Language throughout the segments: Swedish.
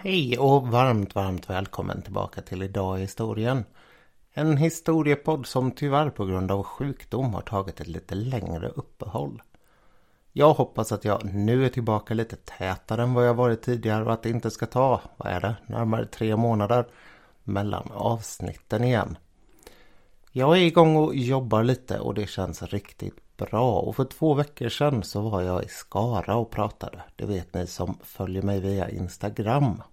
Hej och varmt välkommen tillbaka till Idag i historien. En historiepodd som tyvärr på grund av sjukdom har tagit ett lite längre uppehåll. Jag hoppas att jag nu är tillbaka lite tätare än vad jag varit tidigare och att det inte ska ta, närmare 3 månader mellan avsnitten igen. Jag är igång och jobbar lite och det känns riktigt bra, och för 2 veckor sedan så var jag i Skara och pratade. Det vet ni som följer mig via Instagram.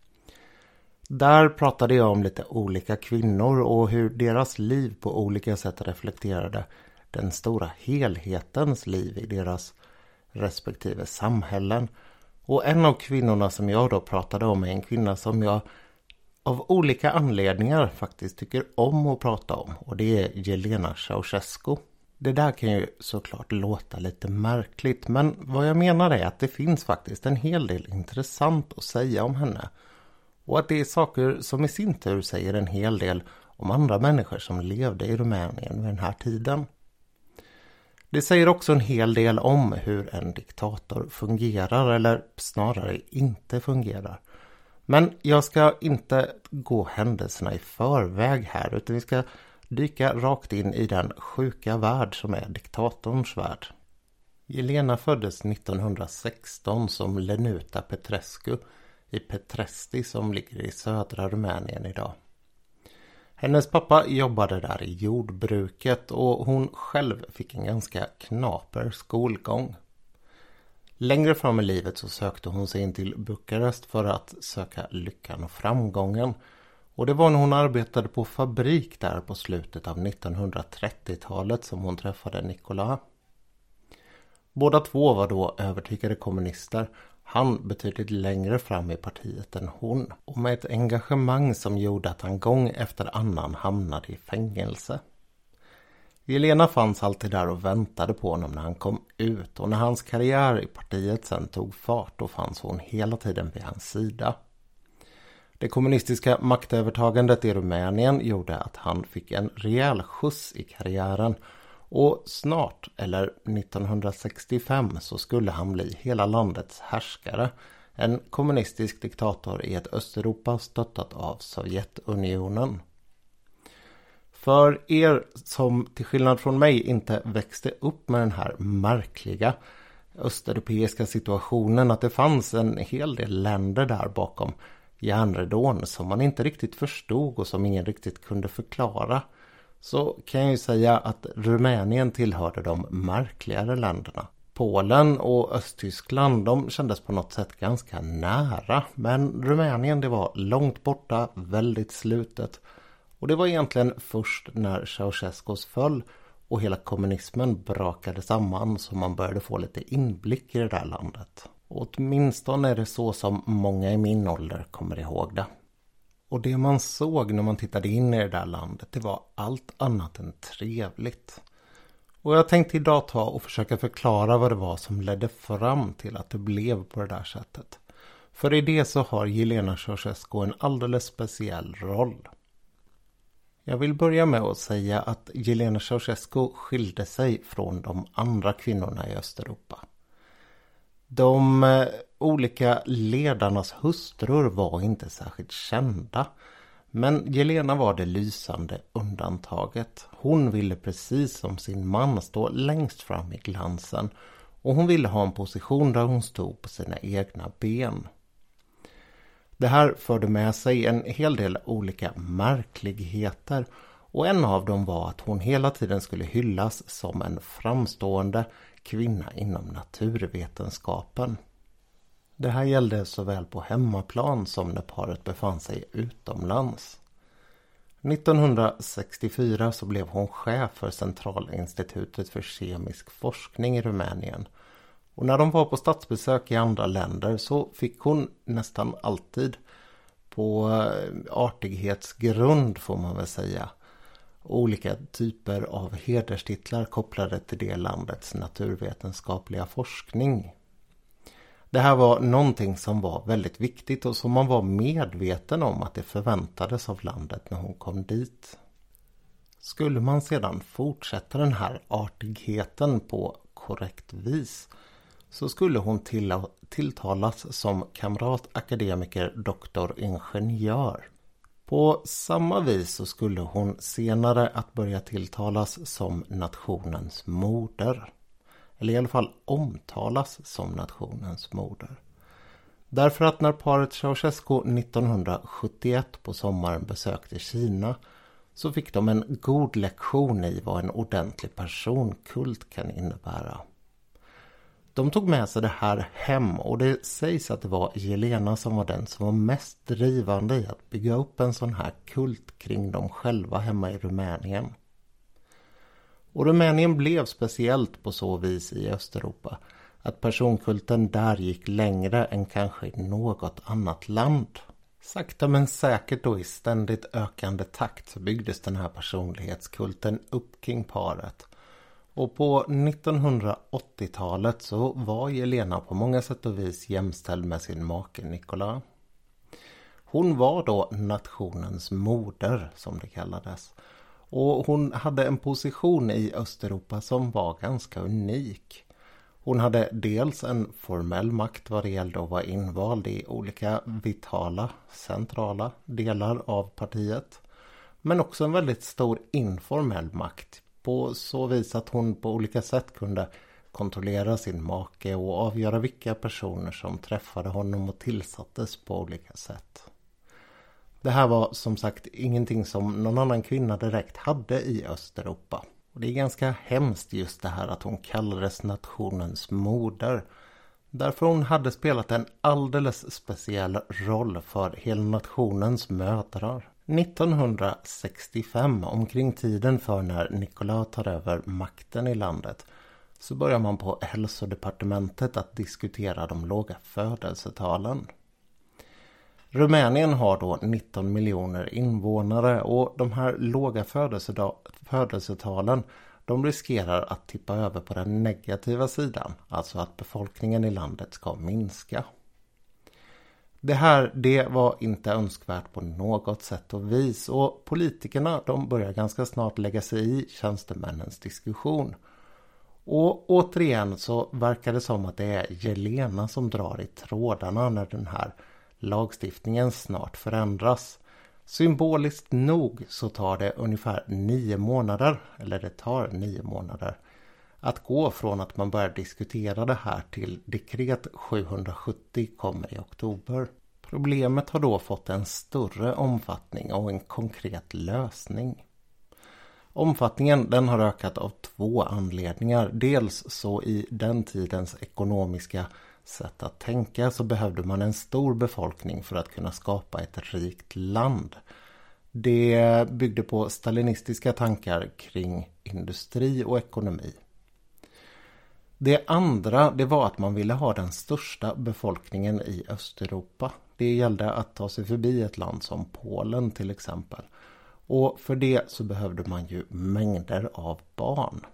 Där pratade jag om lite olika kvinnor och hur deras liv på olika sätt reflekterade den stora helhetens liv i deras respektive samhällen. Och en av kvinnorna som jag då pratade om är en kvinna som jag av olika anledningar faktiskt tycker om att prata om, och det är Jelena Ceausescu. Det där kan ju såklart låta lite märkligt, men vad jag menar är att det finns faktiskt en hel del intressant att säga om henne. Och att det är saker som i sin tur säger en hel del om andra människor som levde i Rumänien vid den här tiden. Det säger också en hel del om hur en diktator fungerar, eller snarare inte fungerar. Men jag ska inte gå händelserna i förväg här, utan vi ska dyka rakt in i den sjuka värld som är diktatorns värld. Jelena föddes 1916 som Lenuta Petrescu i Petresti som ligger i södra Rumänien idag. Hennes pappa jobbade där i jordbruket och hon själv fick en ganska knaper skolgång. Längre fram i livet så sökte hon sig in till Bukarest för att söka lyckan och framgången. Och det var när hon arbetade på fabrik där på slutet av 1930-talet som hon träffade Nicola. Båda två var då övertygade kommunister. Han betydligt längre fram i partiet än hon, och med ett engagemang som gjorde att han gång efter annan hamnade i fängelse. Jelena fanns alltid där och väntade på honom när han kom ut, och när hans karriär i partiet sen tog fart då fanns hon hela tiden vid hans sida. Det kommunistiska maktövertagandet i Rumänien gjorde att han fick en rejäl skjuts i karriären. Och snart, eller 1965, så skulle han bli hela landets härskare. En kommunistisk diktator i ett Östeuropa stöttat av Sovjetunionen. För er som till skillnad från mig inte växte upp med den här märkliga östeuropeiska situationen, att det fanns en hel del länder där bakom järnridån som man inte riktigt förstod och som ingen riktigt kunde förklara, så kan jag ju säga att Rumänien tillhörde de märkligare länderna. Polen och Östtyskland, de kändes på något sätt ganska nära. Men Rumänien, det var långt borta, väldigt slutet. Och det var egentligen först när Ceausescu föll och hela kommunismen brakade samman som man började få lite inblick i det där landet. Och åtminstone är det så som många i min ålder kommer ihåg det. Och det man såg när man tittade in i det där landet, det var allt annat än trevligt. Och jag tänkte idag ta och försöka förklara vad det var som ledde fram till att det blev på det där sättet. För i det så har Jelena Ceausescu en alldeles speciell roll. Jag vill börja med att säga att Jelena Ceausescu skilde sig från de andra kvinnorna i Östeuropa. De olika ledarnas hustrur var inte särskilt kända, men Jelena var det lysande undantaget. Hon ville precis som sin man stå längst fram i glansen, och hon ville ha en position där hon stod på sina egna ben. Det här förde med sig en hel del olika märkligheter, och en av dem var att hon hela tiden skulle hyllas som en framstående kvinna inom naturvetenskapen. Det här gällde såväl på hemmaplan som när paret befann sig utomlands. 1964 så blev hon chef för Centralinstitutet för kemisk forskning i Rumänien. Och när de var på statsbesök i andra länder så fick hon nästan alltid på artighetsgrund, får man väl säga, olika typer av hederstitlar kopplade till det landets naturvetenskapliga forskning. Det här var någonting som var väldigt viktigt och som man var medveten om att det förväntades av landet när hon kom dit. Skulle man sedan fortsätta den här artigheten på korrekt vis så skulle hon tilltalas som kamratakademiker doktor ingenjör. På samma vis så skulle hon senare att börja tilltalas som nationens moder. Eller i alla fall omtalas som nationens moder. Därför att när paret Ceausescu 1971 på sommaren besökte Kina så fick de en god lektion i vad en ordentlig personkult kan innebära. De tog med sig det här hem och det sägs att det var Jelena som var den som var mest drivande i att bygga upp en sån här kult kring dem själva hemma i Rumänien. Och Rumänien blev speciellt på så vis i Östeuropa att personkulten där gick längre än kanske i något annat land. Sakta men säkert och i ständigt ökande takt så byggdes den här personlighetskulten upp kring paret. Och på 1980-talet så var Jelena på många sätt och vis jämställd med sin make Nikola. Hon var då nationens moder som det kallades. Och hon hade en position i Östeuropa som var ganska unik. Hon hade dels en formell makt vad det gällde att vara invald i olika vitala, centrala delar av partiet. Men också en väldigt stor informell makt. På så vis att hon på olika sätt kunde kontrollera sin make och avgöra vilka personer som träffade honom och tillsattes på olika sätt. Det här var som sagt ingenting som någon annan kvinna direkt hade i Östeuropa. Och det är ganska hemskt just det här att hon kallades nationens moder. Därför hon hade spelat en alldeles speciell roll för hela nationens mödrar. 1965, omkring tiden för när Nikola tar över makten i landet, så börjar man på hälsodepartementet att diskutera de låga födelsetalen. Rumänien har då 19 miljoner invånare och de här låga födelsetalen de riskerar att tippa över på den negativa sidan, alltså att befolkningen i landet ska minska. Det var inte önskvärt på något sätt och vis och politikerna de börjar ganska snart lägga sig i tjänstemännens diskussion. Och återigen så verkar det som att det är Jelena som drar i trådarna när den här lagstiftningen snart förändras. Symboliskt nog så tar det ungefär 9 månader, eller det tar 9 månader, att gå från att man börjar diskutera det här till dekret 770 kommer i oktober. Problemet har då fått en större omfattning och en konkret lösning. Omfattningen den har ökat av 2 anledningar. Dels så i den tidens ekonomiska sätt att tänka så behövde man en stor befolkning för att kunna skapa ett rikt land. Det byggde på stalinistiska tankar kring industri och ekonomi. Det andra det var att man ville ha den största befolkningen i Östeuropa. Det gällde att ta sig förbi ett land som Polen till exempel. Och för det så behövde man ju mängder av barn.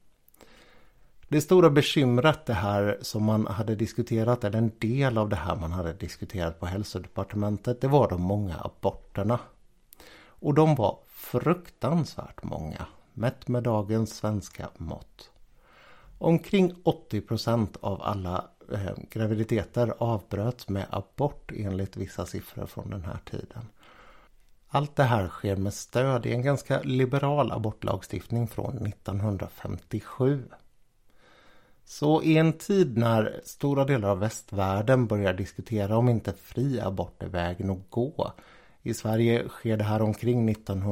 Det stora bekymret det här som man hade diskuterat, eller en del av det här man hade diskuterat på hälsodepartementet, det var de många aborterna. Och de var fruktansvärt många, mätt med dagens svenska mått. Omkring 80% av alla graviditeter avbröts med abort enligt vissa siffror från den här tiden. Allt det här sker med stöd i en ganska liberal abortlagstiftning från 1957. Så i en tid när stora delar av västvärlden börjar diskutera om inte fri abort är vägen att gå. I Sverige sker det här omkring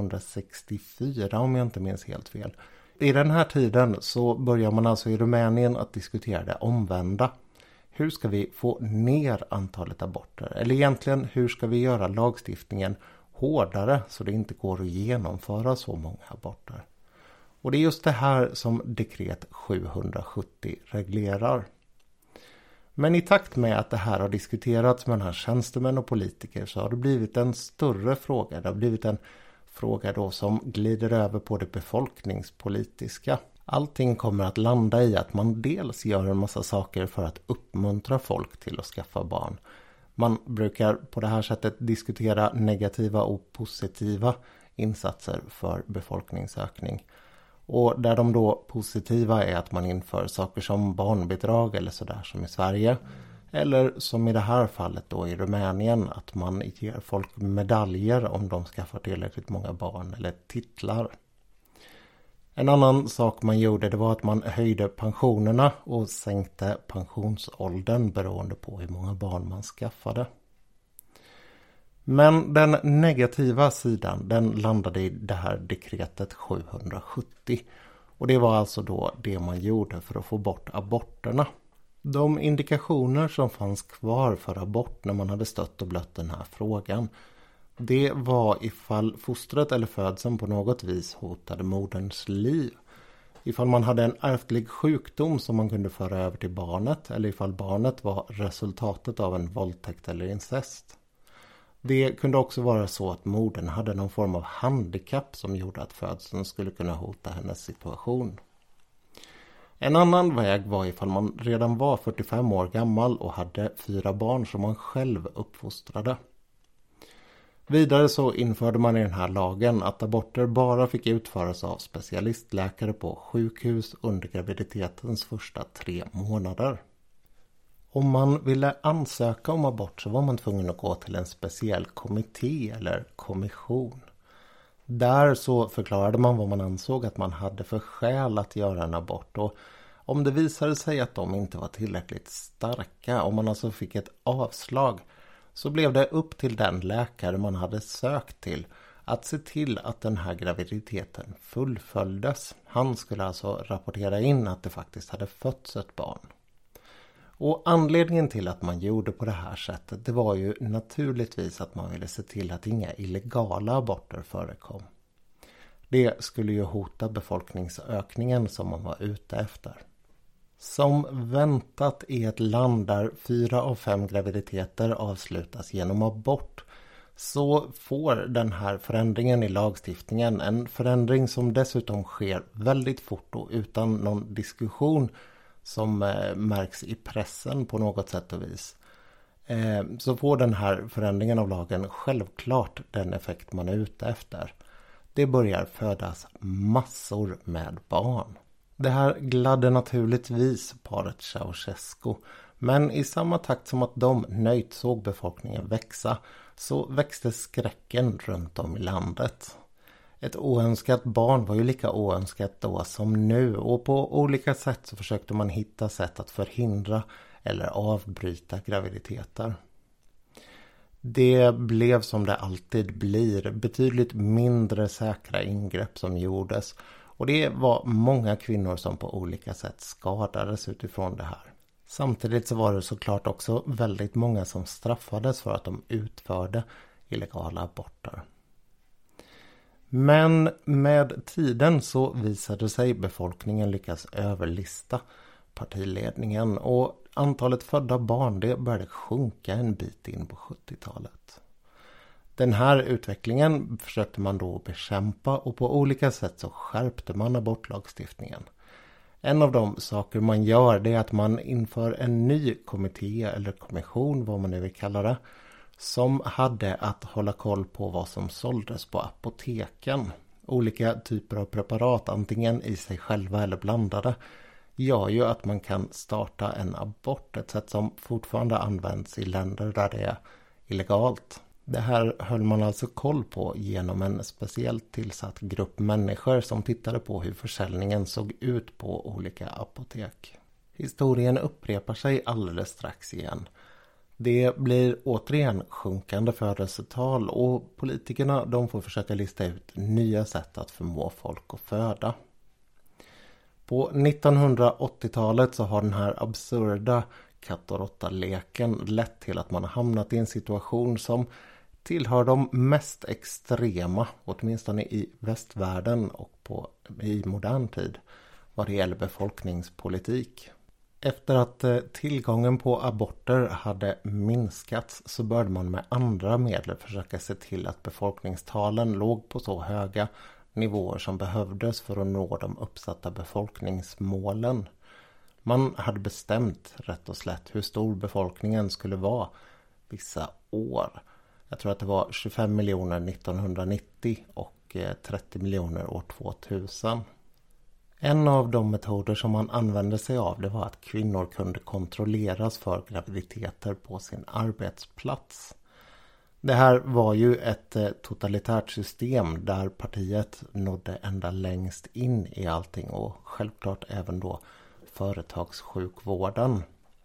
1964 om jag inte minns helt fel. I den här tiden så börjar man alltså i Rumänien att diskutera det omvända. Hur ska vi få ner antalet aborter? Eller egentligen hur ska vi göra lagstiftningen hårdare så det inte går att genomföra så många aborter? Och det är just det här som dekret 770 reglerar. Men i takt med att det här har diskuterats mellan tjänstemän och politiker så har det blivit en större fråga. Det har blivit en fråga då som glider över på det befolkningspolitiska. Allting kommer att landa i att man dels gör en massa saker för att uppmuntra folk till att skaffa barn. Man brukar på det här sättet diskutera negativa och positiva insatser för befolkningsökning. Och där de då positiva är att man inför saker som barnbidrag eller sådär som i Sverige. Eller som i det här fallet då i Rumänien, att man ger folk medaljer om de skaffar tillräckligt många barn eller titlar. En annan sak man gjorde, det var att man höjde pensionerna och sänkte pensionsåldern beroende på hur många barn man skaffade. Men den negativa sidan, den landade i det här dekretet 770. Och det var alltså då det man gjorde för att få bort aborterna. De indikationer som fanns kvar för abort när man hade stött och blött den här frågan, det var ifall fostret eller födseln på något vis hotade moderns liv. Ifall man hade en ärftlig sjukdom som man kunde föra över till barnet, eller ifall barnet var resultatet av en våldtäkt eller incest. Det kunde också vara så att modern hade någon form av handikapp som gjorde att födseln skulle kunna hota hennes situation. En annan väg var ifall man redan var 45 år gammal och hade 4 barn som man själv uppfostrade. Vidare så införde man i den här lagen att aborter bara fick utföras av specialistläkare på sjukhus under graviditetens första 3 månader. Om man ville ansöka om abort så var man tvungen att gå till en speciell kommitté eller kommission. Där så förklarade man vad man ansåg att man hade för skäl att göra en abort, och om det visade sig att de inte var tillräckligt starka, om man alltså fick ett avslag, så blev det upp till den läkare man hade sökt till att se till att den här graviditeten fullföljdes. Han skulle alltså rapportera in att det faktiskt hade fötts ett barn. Och anledningen till att man gjorde på det här sättet, det var ju naturligtvis att man ville se till att inga illegala aborter förekom. Det skulle ju hota befolkningsökningen som man var ute efter. Som väntat i ett land där 4 av 5 graviditeter avslutas genom abort, så får den här förändringen i lagstiftningen, en förändring som dessutom sker väldigt fort och utan någon diskussion som märks i pressen på något sätt och vis, så får den här förändringen av lagen självklart den effekt man är ute efter. Det börjar födas massor med barn. Det här gladde naturligtvis paret Ceausescu, men i samma takt som att de nöjt såg befolkningen växa, så växte skräcken runt om i landet. Ett oönskat barn var ju lika oönskat då som nu, och på olika sätt så försökte man hitta sätt att förhindra eller avbryta graviditeter. Det blev som det alltid blir, betydligt mindre säkra ingrepp som gjordes, och det var många kvinnor som på olika sätt skadades utifrån det här. Samtidigt så var det såklart också väldigt många som straffades för att de utförde illegala aborter. Men med tiden så visade sig befolkningen lyckas överlista partiledningen, och antalet födda barn det började sjunka en bit in på 70-talet. Den här utvecklingen försökte man då bekämpa, och på olika sätt så skärpte man abortlagstiftningen. En av de saker man gör, det är att man inför en ny kommitté eller kommission, vad man nu vill kalla det, som hade att hålla koll på vad som såldes på apoteken. Olika typer av preparat, antingen i sig själva eller blandade, gör ju att man kan starta en abort, ett sätt som fortfarande används i länder där det är illegalt. Det här höll man alltså koll på genom en speciellt tillsatt grupp människor som tittade på hur försäljningen såg ut på olika apotek. Historien upprepar sig alldeles strax igen. Det blir återigen sjunkande födelsetal, och politikerna de får försöka lista ut nya sätt att förmå folk att föda. På 1980-talet så har den här absurda katt- och råtta-leken lett till att man har hamnat i en situation som tillhör de mest extrema, åtminstone i västvärlden och i modern tid, vad det gäller befolkningspolitik. Efter att tillgången på aborter hade minskats så började man med andra medel försöka se till att befolkningstalen låg på så höga nivåer som behövdes för att nå de uppsatta befolkningsmålen. Man hade bestämt rätt och slätt hur stor befolkningen skulle vara vissa år. Jag tror att det var 25 miljoner 1990 och 30 miljoner år 2000. En av de metoder som man använde sig av, det var att kvinnor kunde kontrolleras för graviditeter på sin arbetsplats. Det här var ju ett totalitärt system där partiet nådde ända längst in i allting och självklart även då företagssjukvården.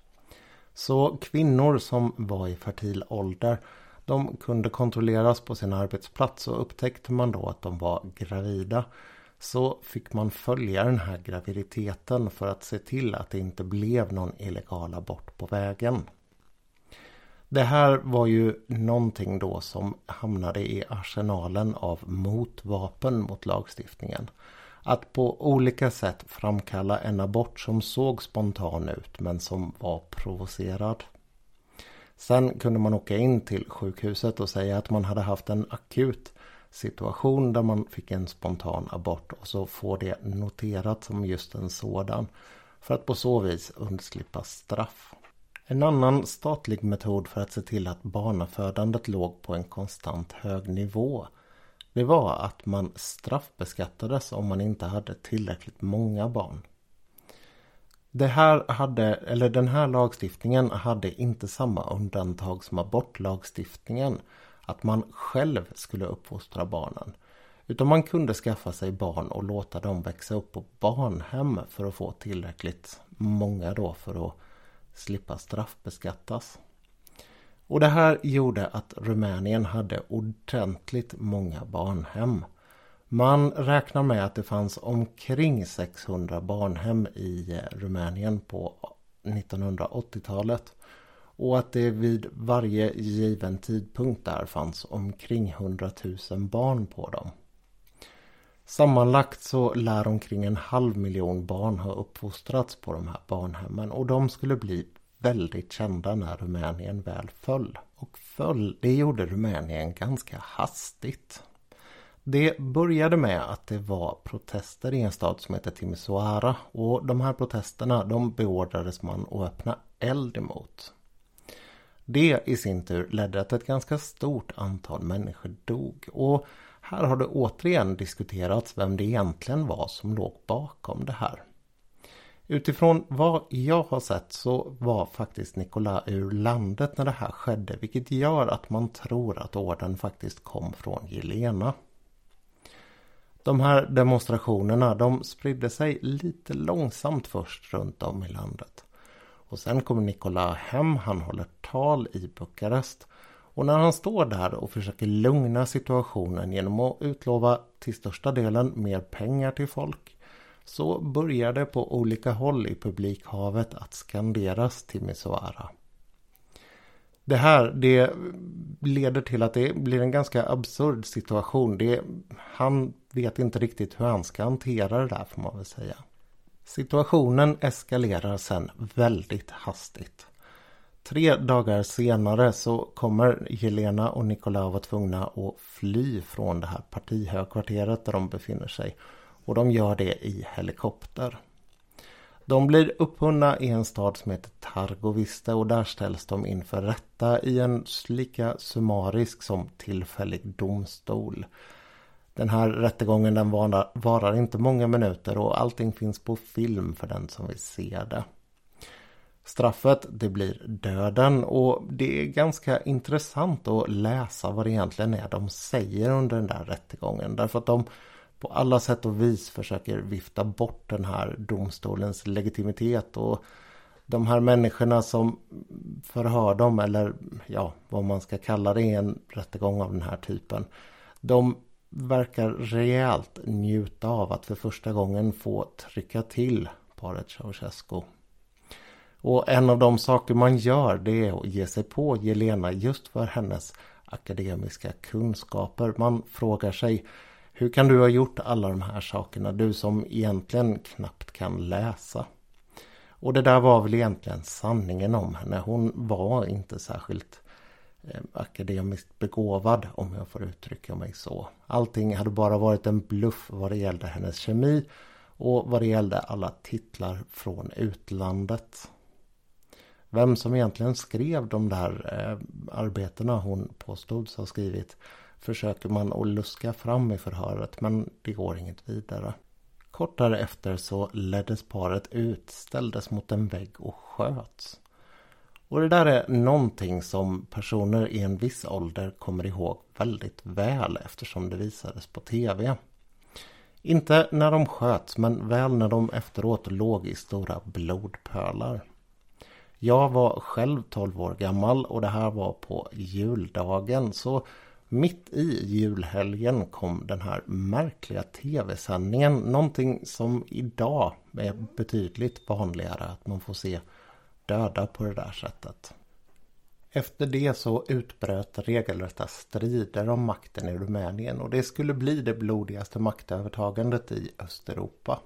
Så kvinnor som var i fertil ålder, de kunde kontrolleras på sin arbetsplats, och upptäckte man då att de var gravida så fick man följa den här graviditeten för att se till att det inte blev någon illegal abort på vägen. Det här var ju någonting då som hamnade i arsenalen av motvapen mot lagstiftningen. Att på olika sätt framkalla en abort som såg spontan ut men som var provocerad. Sen kunde man åka in till sjukhuset och säga att man hade haft en akut situation där man fick en spontan abort, och så får det noterat som just en sådan för att på så vis undslippa straff. En annan statlig metod för att se till att barnafödandet låg på en konstant hög nivå, det var att man straffbeskattades om man inte hade tillräckligt många barn. Den här lagstiftningen hade inte samma undantag som abortlagstiftningen, att man själv skulle uppfostra barnen. Utan man kunde skaffa sig barn och låta dem växa upp på barnhem för att få tillräckligt många då för att slippa straffbeskattas. Och det här gjorde att Rumänien hade ordentligt många barnhem. Man räknar med att det fanns omkring 600 barnhem i Rumänien på 1980-talet. Och att det vid varje given tidpunkt där fanns omkring 100 000 barn på dem. Sammanlagt så lär omkring 500 000 barn ha uppfostrats på de här barnhemmen. Och de skulle bli väldigt kända när Rumänien väl föll. Och det gjorde Rumänien ganska hastigt. Det började med att det var protester i en stad som heter Timisoara. Och de här protesterna, de beordrades man att öppna eld emot. Det i sin tur ledde till att ett ganska stort antal människor dog. Och här har det återigen diskuterats vem det egentligen var som låg bakom det här. Utifrån vad jag har sett så var faktiskt Nicolas ur landet när det här skedde, vilket gör att man tror att orden faktiskt kom från Jelena. De här demonstrationerna, de spridde sig lite långsamt först runt om i landet. Och sen kommer Nicolas hem, han håller tal i Bukarest. Och när han står där och försöker lugna situationen genom att utlova till största delen mer pengar till folk, så börjar det på olika håll i publikhavet att skanderas Timisoara. Det leder till att det blir en ganska absurd situation. Han vet inte riktigt hur han ska hantera det där, får man väl säga. Situationen eskalerar sen väldigt hastigt. 3 dagar senare så kommer Jelena och Nicolas vara tvungna att fly från det här partihögkvarteret där de befinner sig. Och de gör det i helikopter. De blir upphunna i en stad som heter Targoviste, och där ställs de inför rätta i en lika summarisk som tillfällig domstol. Den här rättegången den varar inte många minuter, och allting finns på film för den som vill se det. Straffet, det blir döden, och det är ganska intressant att läsa vad det egentligen är de säger under den där rättegången. Därför att de på alla sätt och vis försöker vifta bort den här domstolens legitimitet, och de här människorna som förhör dem, eller ja, vad man ska kalla det i en rättegång av den här typen, de verkar rejält njuta av att för första gången få trycka till paret Ceausescu. Och en av de saker man gör, det är att ge sig på Jelena just för hennes akademiska kunskaper. Man frågar sig, hur kan du ha gjort alla de här sakerna, du som egentligen knappt kan läsa? Och det där var väl egentligen sanningen om henne. Hon var inte särskilt akademiskt begåvad, om jag får uttrycka mig så. Allting hade bara varit en bluff vad det gällde hennes kemi och vad det gällde alla titlar från utlandet. Vem som egentligen skrev de där arbetena hon påstods ha skrivit försöker man att luska fram i förhöret, men det går inget vidare. Kort därefter så leddes paret ut, ställdes mot en vägg och sköts. Och det där är någonting som personer i en viss ålder kommer ihåg väldigt väl eftersom det visades på tv. Inte när de sköts, men väl när de efteråt låg i stora blodpölar. Jag var själv 12 år gammal och det här var på juldagen, så mitt i julhelgen kom den här märkliga tv-sändningen. Någonting som idag är betydligt vanligare, att man får se döda på det där sättet. Efter det så utbröt regelrätta strider om makten i Rumänien och det skulle bli det blodigaste maktövertagandet i Östeuropa.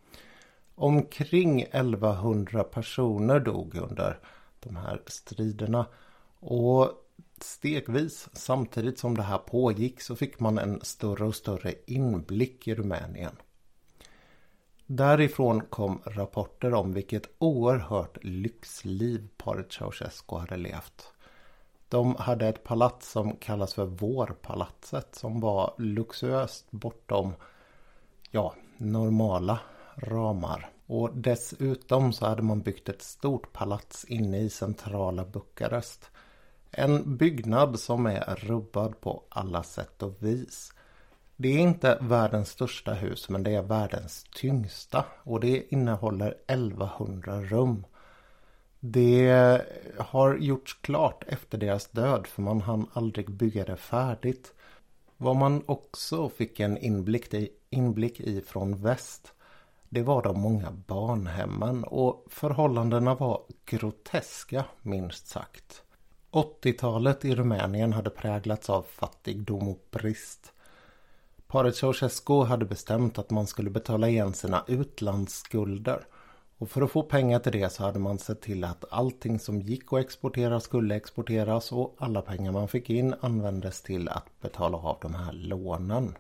Omkring 1100 personer dog under de här striderna och stegvis samtidigt som det här pågick så fick man en större och större inblick i Rumänien. Därifrån kom rapporter om vilket oerhört lyxliv paret Ceausescu hade levt. De hade ett palats som kallas för Vårpalatset som var luxuöst bortom normala ramar. Och dessutom så hade man byggt ett stort palats inne i centrala Bukarest. En byggnad som är rubbad på alla sätt och vis. Det är inte världens största hus, men det är världens tyngsta och det innehåller 1100 rum. Det har gjorts klart efter deras död för man hann aldrig bygga det färdigt. Vad man också fick en inblick i från väst, det var de många barnhemmen och förhållandena var groteska minst sagt. 80-talet i Rumänien hade präglats av fattigdom och brist. Paret Ceausescu hade bestämt att man skulle betala igen sina utlandsskulder. Och för att få pengar till det så hade man sett till att allting som gick att exportera skulle exporteras och alla pengar man fick in användes till att betala av de här lånen.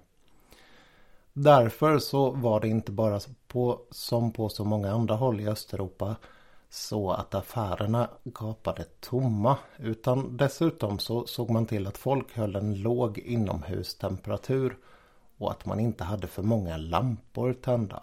Därför så var det inte bara som på så många andra håll i Östeuropa så att affärerna gapade tomma, utan dessutom så såg man till att folk höll en låg inomhustemperatur och att man inte hade för många lampor tända.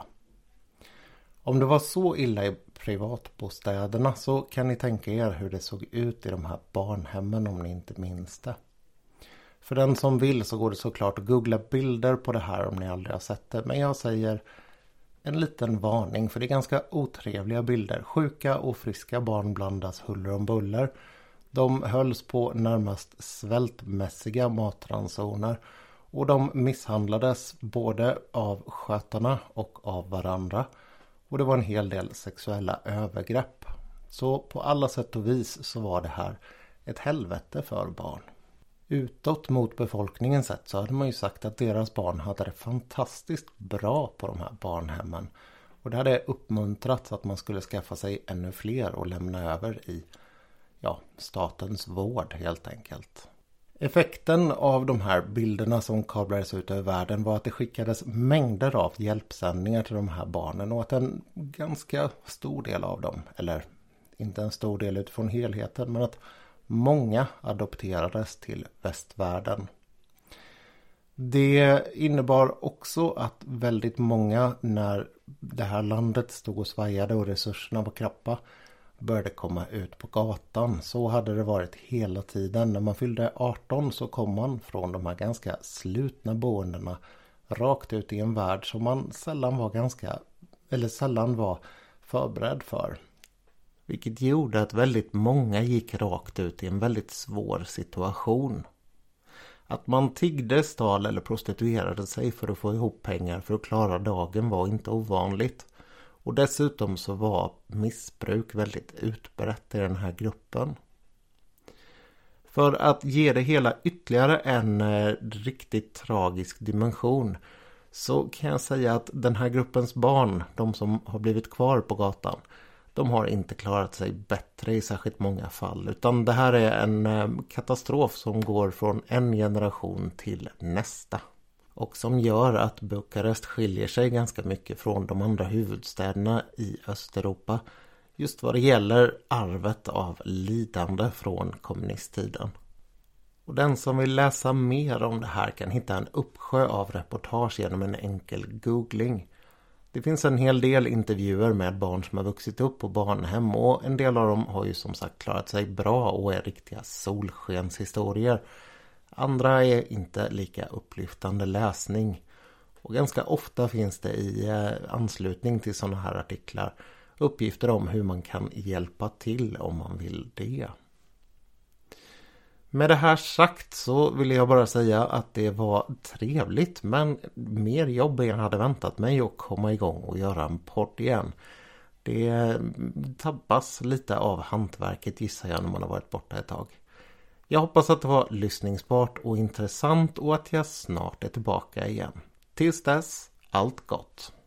Om det var så illa i privatbostäderna så kan ni tänka er hur det såg ut i de här barnhemmen om ni inte minns det. För den som vill så går det såklart att googla bilder på det här om ni aldrig har sett det. Men jag säger en liten varning för det är ganska otrevliga bilder. Sjuka och friska barn blandas huller om buller. De hölls på närmast svältmässiga matransoner. Och de misshandlades både av skötarna och av varandra. Och det var en hel del sexuella övergrepp. Så på alla sätt och vis så var det här ett helvete för barn. Utåt mot befolkningen sett så hade man ju sagt att deras barn hade det fantastiskt bra på de här barnhemmen. Och det hade uppmuntrats att man skulle skaffa sig ännu fler och lämna över i statens vård helt enkelt. Effekten av de här bilderna som kablades ut över världen var att det skickades mängder av hjälpsändningar till de här barnen och att en ganska stor del av dem, eller inte en stor del utifrån helheten, men att många adopterades till västvärlden. Det innebar också att väldigt många, när det här landet stod och svajade och resurserna var knappa, började komma ut på gatan. Så hade det varit hela tiden. När man fyllde 18 så kom man från de här ganska slutna boendena rakt ut i en värld som man sällan var förberedd för. Vilket gjorde att väldigt många gick rakt ut i en väldigt svår situation. Att man tiggde, stal eller prostituerade sig för att få ihop pengar för att klara dagen var inte ovanligt. Och dessutom så var missbruk väldigt utbrett i den här gruppen. För att ge det hela ytterligare en riktigt tragisk dimension så kan jag säga att den här gruppens barn, de som har blivit kvar på gatan, de har inte klarat sig bättre i särskilt många fall. Utan det här är en katastrof som går från en generation till nästa. Och som gör att Bukarest skiljer sig ganska mycket från de andra huvudstäderna i Östeuropa. Just vad det gäller arvet av lidande från kommunisttiden. Och den som vill läsa mer om det här kan hitta en uppsjö av reportage genom en enkel googling. Det finns en hel del intervjuer med barn som har vuxit upp på barnhem och en del av dem har ju som sagt klarat sig bra och är riktiga solskenshistorier. Andra är inte lika upplyftande läsning. Och ganska ofta finns det i anslutning till sådana här artiklar uppgifter om hur man kan hjälpa till om man vill det. Med det här sagt så vill jag bara säga att det var trevligt men mer jobb än jag hade väntat mig att komma igång och göra en podd igen. Det tappas lite av hantverket gissar jag när man har varit borta ett tag. Jag hoppas att det var lyssningsbart och intressant och att jag snart är tillbaka igen. Tills dess, allt gott!